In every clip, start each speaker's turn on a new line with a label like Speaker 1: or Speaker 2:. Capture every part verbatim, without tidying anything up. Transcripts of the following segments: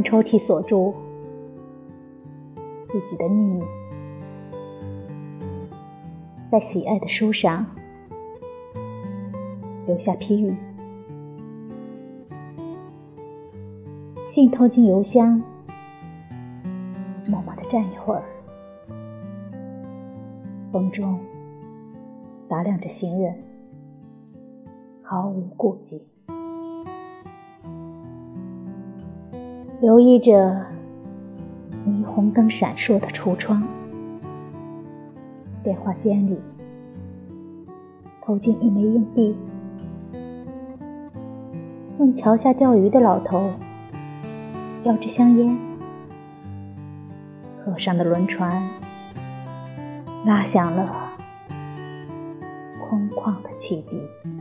Speaker 1: 抽屉锁住自己的秘密，在喜爱的书上留下批语，信投进邮箱，默默地站一会儿，风中打量着行人，毫无顾忌，留意着霓虹灯闪烁的橱窗，电话间里投进一枚硬币，问桥下钓鱼的老头要支香烟。河上的轮船拉响了空旷的汽笛，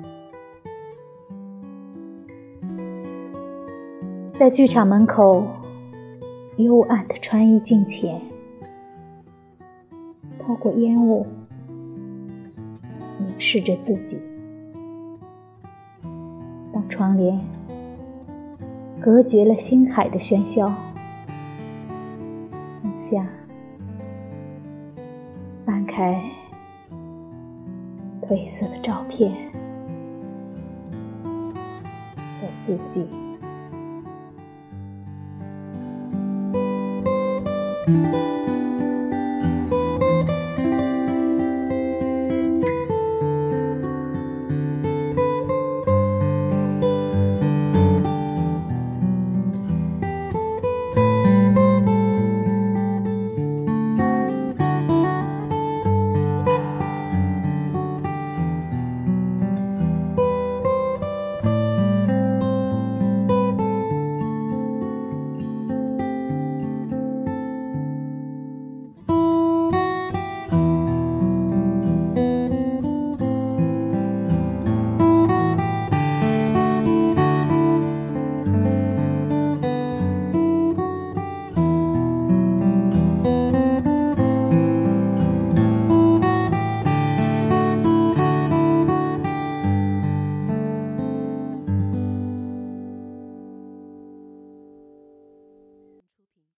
Speaker 1: 在剧场门口幽暗的穿衣镜前，透过烟雾凝视着自己。当窗帘隔绝了星海的喧嚣，放下，翻开褪色的照片和自己。
Speaker 2: 嗯